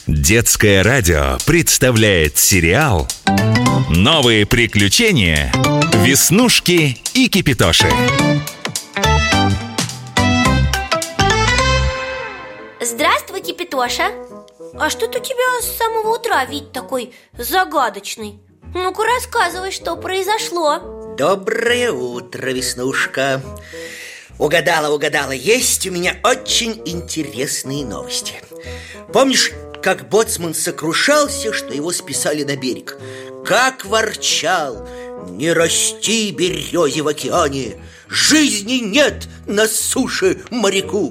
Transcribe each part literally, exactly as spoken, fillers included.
Детское радио представляет сериал «Новые приключения. Веснушки и Кипитоши». Здравствуй, Кипитоша. А что-то у тебя с самого утра вид такой загадочный. Ну-ка рассказывай, что произошло. Доброе утро, Веснушка. Угадала, угадала. Есть у меня очень интересные новости. Помнишь, как боцман сокрушался, что его списали на берег? Как ворчал: не расти березе в океане, жизни нет на суше моряку.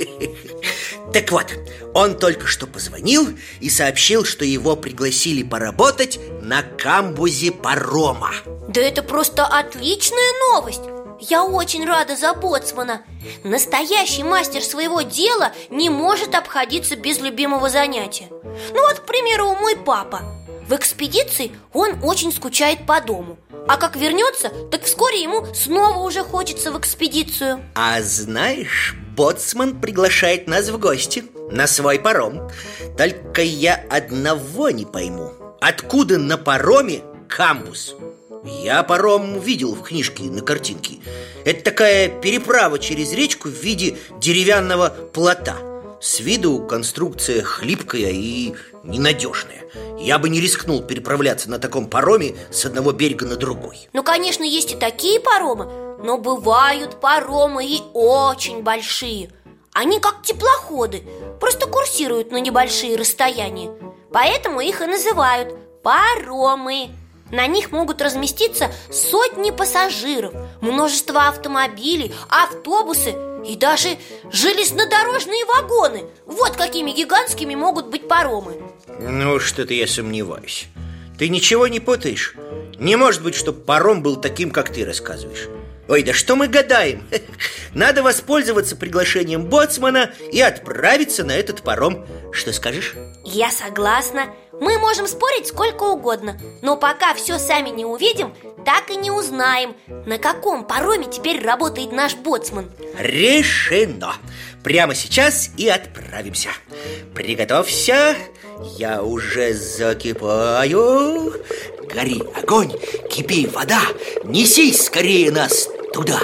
Так вот, он только что позвонил и сообщил, что его пригласили поработать на камбузе парома. Да это просто отличная новость. Я очень рада за боцмана. Настоящий мастер своего дела не может обходиться без любимого занятия. Ну вот, к примеру, мой папа. В экспедиции он очень скучает по дому. А как вернется, так вскоре ему снова уже хочется в экспедицию. А знаешь, боцман приглашает нас в гости на свой паром. Только я одного не пойму: откуда на пароме камбуз? Я паром видел в книжке на картинке. Это такая переправа через речку в виде деревянного плота. С виду конструкция хлипкая и ненадежная. Я бы не рискнул переправляться на таком пароме с одного берега на другой. Ну, конечно, есть и такие паромы, но бывают паромы и очень большие. Они как теплоходы, просто курсируют на небольшие расстояния. Поэтому их и называют паромы. На них могут разместиться сотни пассажиров, множество автомобилей, автобусы и даже железнодорожные вагоны. Вот какими гигантскими могут быть паромы. Ну, что-то я сомневаюсь. Ты ничего не путаешь? Не может быть, чтобы паром был таким, как ты рассказываешь. Ой, да что мы гадаем? Надо воспользоваться приглашением боцмана и отправиться на этот паром. Что скажешь? Я согласна. Мы можем спорить сколько угодно, но пока все сами не увидим, так и не узнаем, на каком пароме теперь работает наш боцман. Решено. Прямо сейчас и отправимся. Приготовься. Я уже закипаю. Гори огонь, кипи вода. Неси скорее нас туда.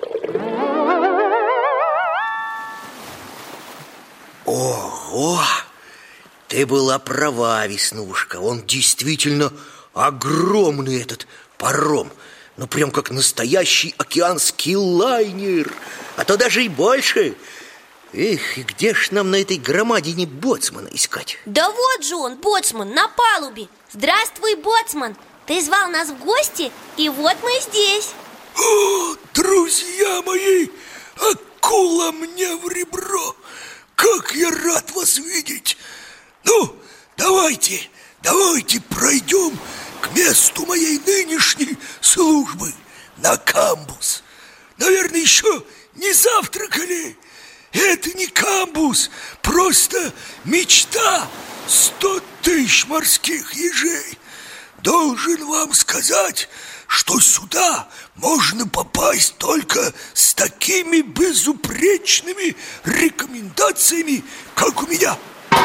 Ого! Ты была права, Веснушка. Он действительно огромный, этот паром. Ну, прям как настоящий океанский лайнер. А то даже и больше. Эх, и где ж нам на этой громадине боцмана искать? Да вот же он, боцман, на палубе. Здравствуй, боцман. Ты звал нас в гости, и вот мы здесь. О, друзья мои, акула мне в ребро. Как я рад вас видеть. Ну, давайте, давайте пройдем к месту моей нынешней службы, на камбуз. Наверное, еще не завтракали. Это не камбуз, просто мечта сто тысяч морских ежей. Должен вам сказать, что сюда можно попасть только с такими безупречными рекомендациями, как у меня.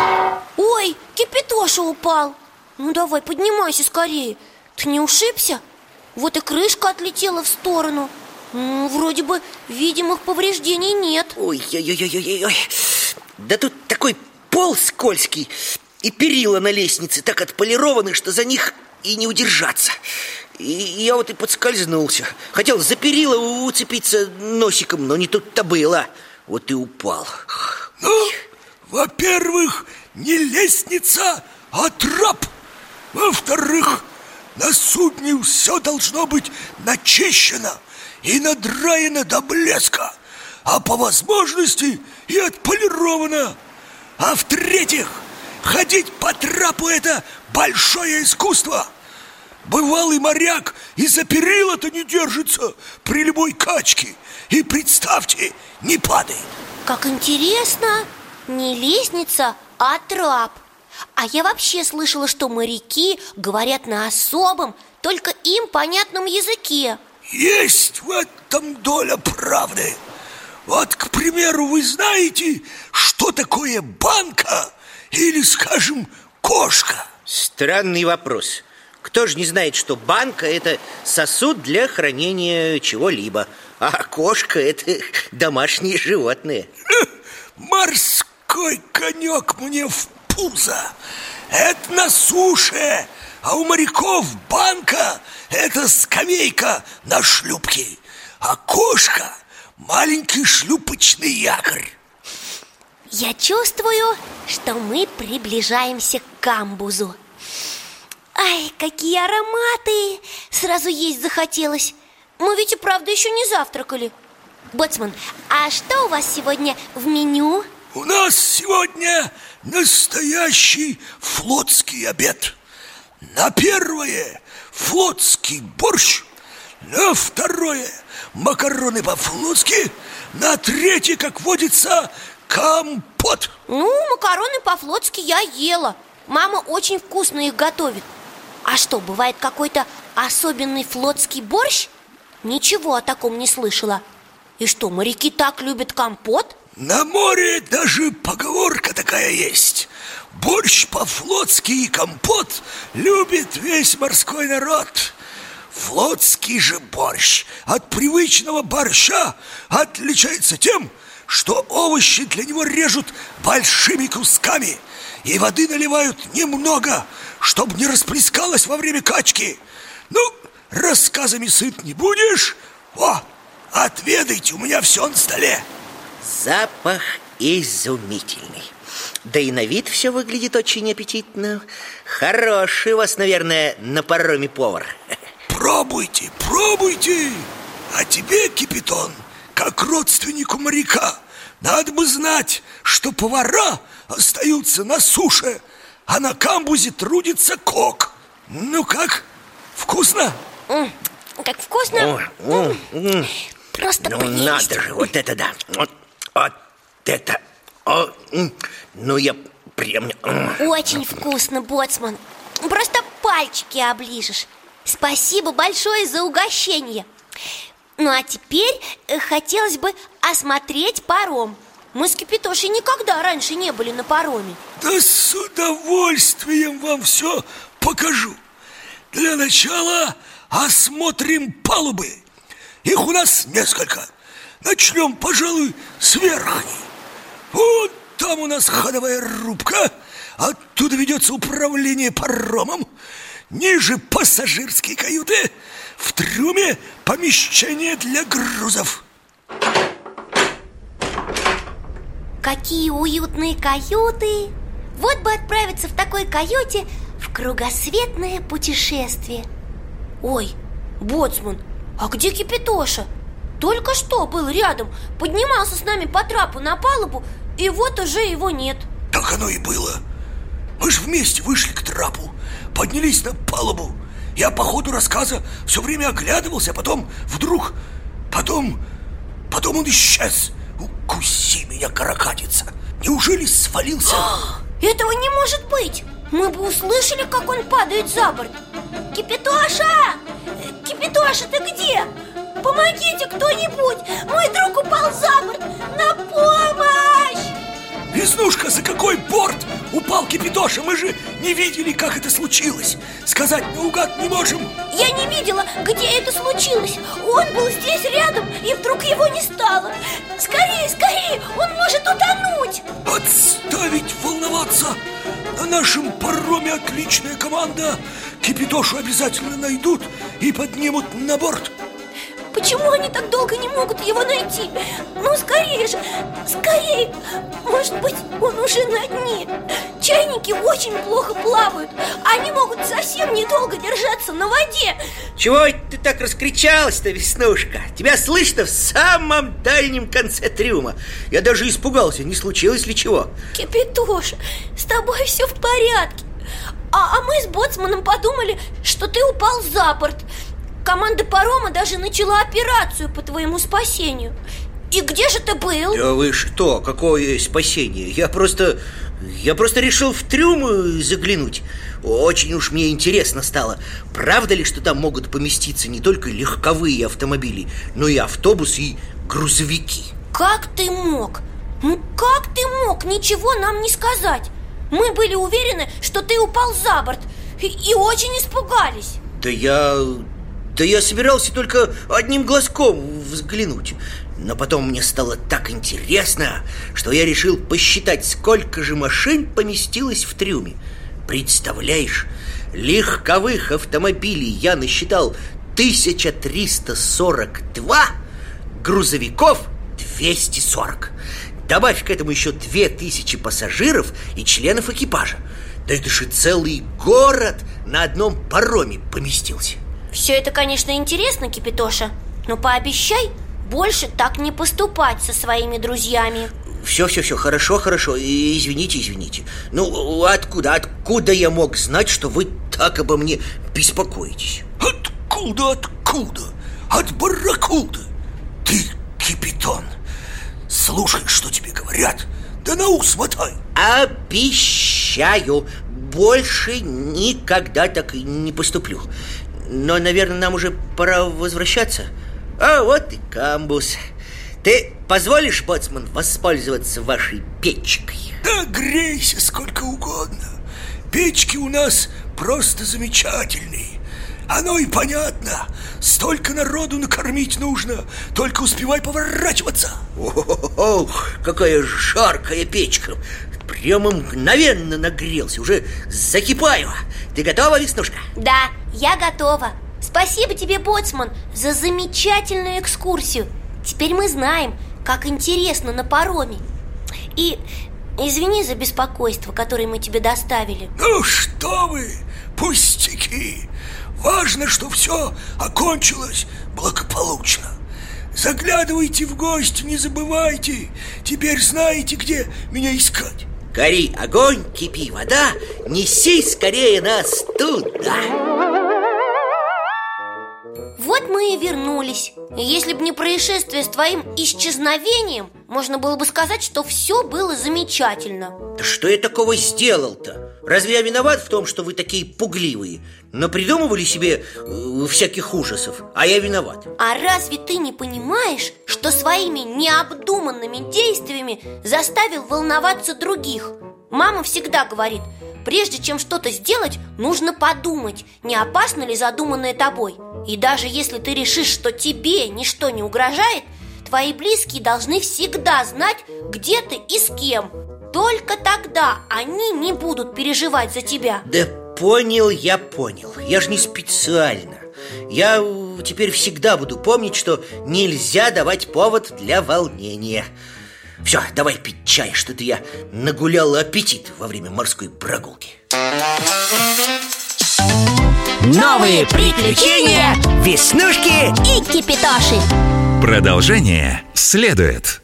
Ой, Кипитоша упал. Ну давай, поднимайся скорее. Ты не ушибся? Вот и крышка отлетела в сторону. Ну, вроде бы видимых повреждений нет. Ой-ой-ой-ой-ой. Да тут такой пол скользкий, и перила на лестнице так отполированы, что за них и не удержаться. И я вот и подскользнулся. Хотел за перила уцепиться носиком, но не тут-то было. Вот и упал. Ну, во-первых, не лестница, а трап. Во-вторых, на судне все должно быть начищено и надраено до блеска, а по возможности и отполировано. А в-третьих, ходить по трапу — это большое искусство. Бывалый моряк и за перила-то не держится при любой качке. И, представьте, не падает. Как интересно. Не лестница, а трап. А я вообще слышала, что моряки говорят на особом, только им понятном языке. Есть в этом доля правды. Вот, к примеру, вы знаете, что такое банка или, скажем, кошка? Странный вопрос. Кто же не знает, что банка – это сосуд для хранения чего-либо, а кошка – это домашние животные. Морской конек мне в пузо. Это на суше, а у моряков банка – это скамейка на шлюпке, а кошка – маленький шлюпочный якорь. Я чувствую, что мы приближаемся к камбузу. Ай, какие ароматы! Сразу есть захотелось. Мы ведь и правда еще не завтракали. Боцман, а что у вас сегодня в меню? У нас сегодня настоящий флотский обед. На первое флотский борщ, на второе макароны по-флотски, на третье, как водится, компот. Ну, макароны по-флотски я ела. Мама очень вкусно их готовит. А что, бывает какой-то особенный флотский борщ? Ничего о таком не слышала. И что, моряки так любят компот? На море даже поговорка такая есть. Борщ по-флотски и компот любит весь морской народ. Флотский же борщ от привычного борща отличается тем, что овощи для него режут большими кусками и воды наливают немного, чтобы не расплескалось во время качки. Ну, рассказами сыт не будешь. О, отведайте, у меня все на столе. Запах изумительный. Да и на вид все выглядит очень аппетитно. Хороший у вас, наверное, на пароме повар. Пробуйте, пробуйте. А тебе, Кипитон, как родственнику моряка, надо бы знать, что повара остаются на суше, а на камбузе трудится кок. Ну как, вкусно? М, как вкусно. О, о, о. Просто Ну, прелесть. надо же, вот это да. Вот, вот это. О, м. ну, я прям... Очень вкусно, боцман. Просто пальчики оближешь. Спасибо большое за угощение. Ну, а теперь э, хотелось бы осмотреть паром. Мы с Кипитошей никогда раньше не были на пароме. Да с удовольствием вам все покажу. Для начала осмотрим палубы. Их у нас несколько. Начнем, пожалуй, с верхней. Вот там у нас ходовая рубка. Оттуда ведется управление паромом. Ниже пассажирские каюты. В трюме помещение для грузов. Какие уютные каюты! Вот бы отправиться в такой каюте в кругосветное путешествие. Ой, боцман, а где Кипитоша? Только что был рядом, поднимался с нами по трапу на палубу, и вот уже его нет. Так оно и было. Мы же вместе вышли к трапу, поднялись на палубу. Я по ходу рассказа все время оглядывался, а потом вдруг... Потом... Потом он исчез. Укуси меня, каракатица. Неужели свалился? Этого не может быть! Мы бы услышали, как он падает за борт. Кипитоша! Кипитоша, ты где? Помогите кто-нибудь! Мой друг упал за борт! На помощь! Веснушка, за какой борт упал Кипитоша? Мы же не видели, как это случилось. Сказать наугад не можем. Я не видела, где это случилось. Он был здесь рядом, и вдруг его не стало. Скорее, скорее, он может утонуть. Отставить волноваться. На нашем пароме отличная команда. Кипитошу обязательно найдут и поднимут на борт. Почему они так долго не могут его найти? Ну, скорее же, скорее. Может быть, он уже на дне. Чайники очень плохо плавают. Они могут совсем недолго держаться на воде. Чего ты так раскричалась-то, Веснушка? Тебя слышно в самом дальнем конце трюма. Я даже испугался, не случилось ли чего. Кипитоша, с тобой все в порядке. А, а мы с боцманом подумали, что ты упал за борт. Команда парома даже начала операцию по твоему спасению. И где же ты был? Да вы что, какое спасение? Я просто... Я просто решил в трюм заглянуть. Очень уж мне интересно стало. Правда ли, что там могут поместиться не только легковые автомобили, но и автобусы, и грузовики? Как ты мог? Ну как ты мог ничего нам не сказать? Мы были уверены, что ты упал за борт, и, и очень испугались. Да я... Да я собирался только одним глазком взглянуть. Но потом мне стало так интересно, что я решил посчитать, сколько же машин поместилось в трюме. Представляешь, легковых автомобилей я насчитал тысяча триста сорок два, грузовиков двести сорок. Добавь к этому еще две тысячи пассажиров и членов экипажа. Да это же целый город на одном пароме поместился. Все это, конечно, интересно, Кипитоша, но пообещай больше так не поступать со своими друзьями. Все, все, все, хорошо, хорошо. И извините, извините. Ну, откуда, откуда я мог знать, что вы так обо мне беспокоитесь? Откуда, откуда? От барракуды. Ты, Кипитон, слушай, что тебе говорят, да на ус мотай. Обещаю, больше никогда так и не поступлю. Но, наверное, нам уже пора возвращаться. А вот и камбус. Ты позволишь, боцман, воспользоваться вашей печкой? Да грейся сколько угодно. Печки у нас просто замечательные. Оно и понятно. Столько народу накормить нужно. Только успевай поворачиваться. О, какая жаркая печка. Прямо мгновенно нагрелся. Уже закипаю. Ты готова, Веснушка? Да, я готова. Спасибо тебе, боцман, за замечательную экскурсию. Теперь мы знаем, как интересно на пароме. И извини за беспокойство, которое мы тебе доставили. Ну что вы, пустяки. Важно, что все окончилось благополучно. Заглядывайте в гости, не забывайте. Теперь знаете, где меня искать. Гори огонь, кипи вода, неси скорее нас туда. Вот мы и вернулись. И если бы не происшествие с твоим исчезновением, можно было бы сказать, что все было замечательно. Да что я такого сделал-то? Разве я виноват в том, что вы такие пугливые? Напридумывали себе э, всяких ужасов, а я виноват. А разве ты не понимаешь, что своими необдуманными действиями заставил волноваться других? Мама всегда говорит, прежде чем что-то сделать, нужно подумать, не опасно ли задуманное тобой. И даже если ты решишь, что тебе ничто не угрожает, твои близкие должны всегда знать, где ты и с кем. Только тогда они не будут переживать за тебя. Да понял, я понял. Я же не специально. Я теперь всегда буду помнить, что нельзя давать повод для волнения. Все, давай пить чай, что-то я нагулял аппетит во время морской прогулки. Новые приключения Веснушки и Кипитоши. Продолжение следует.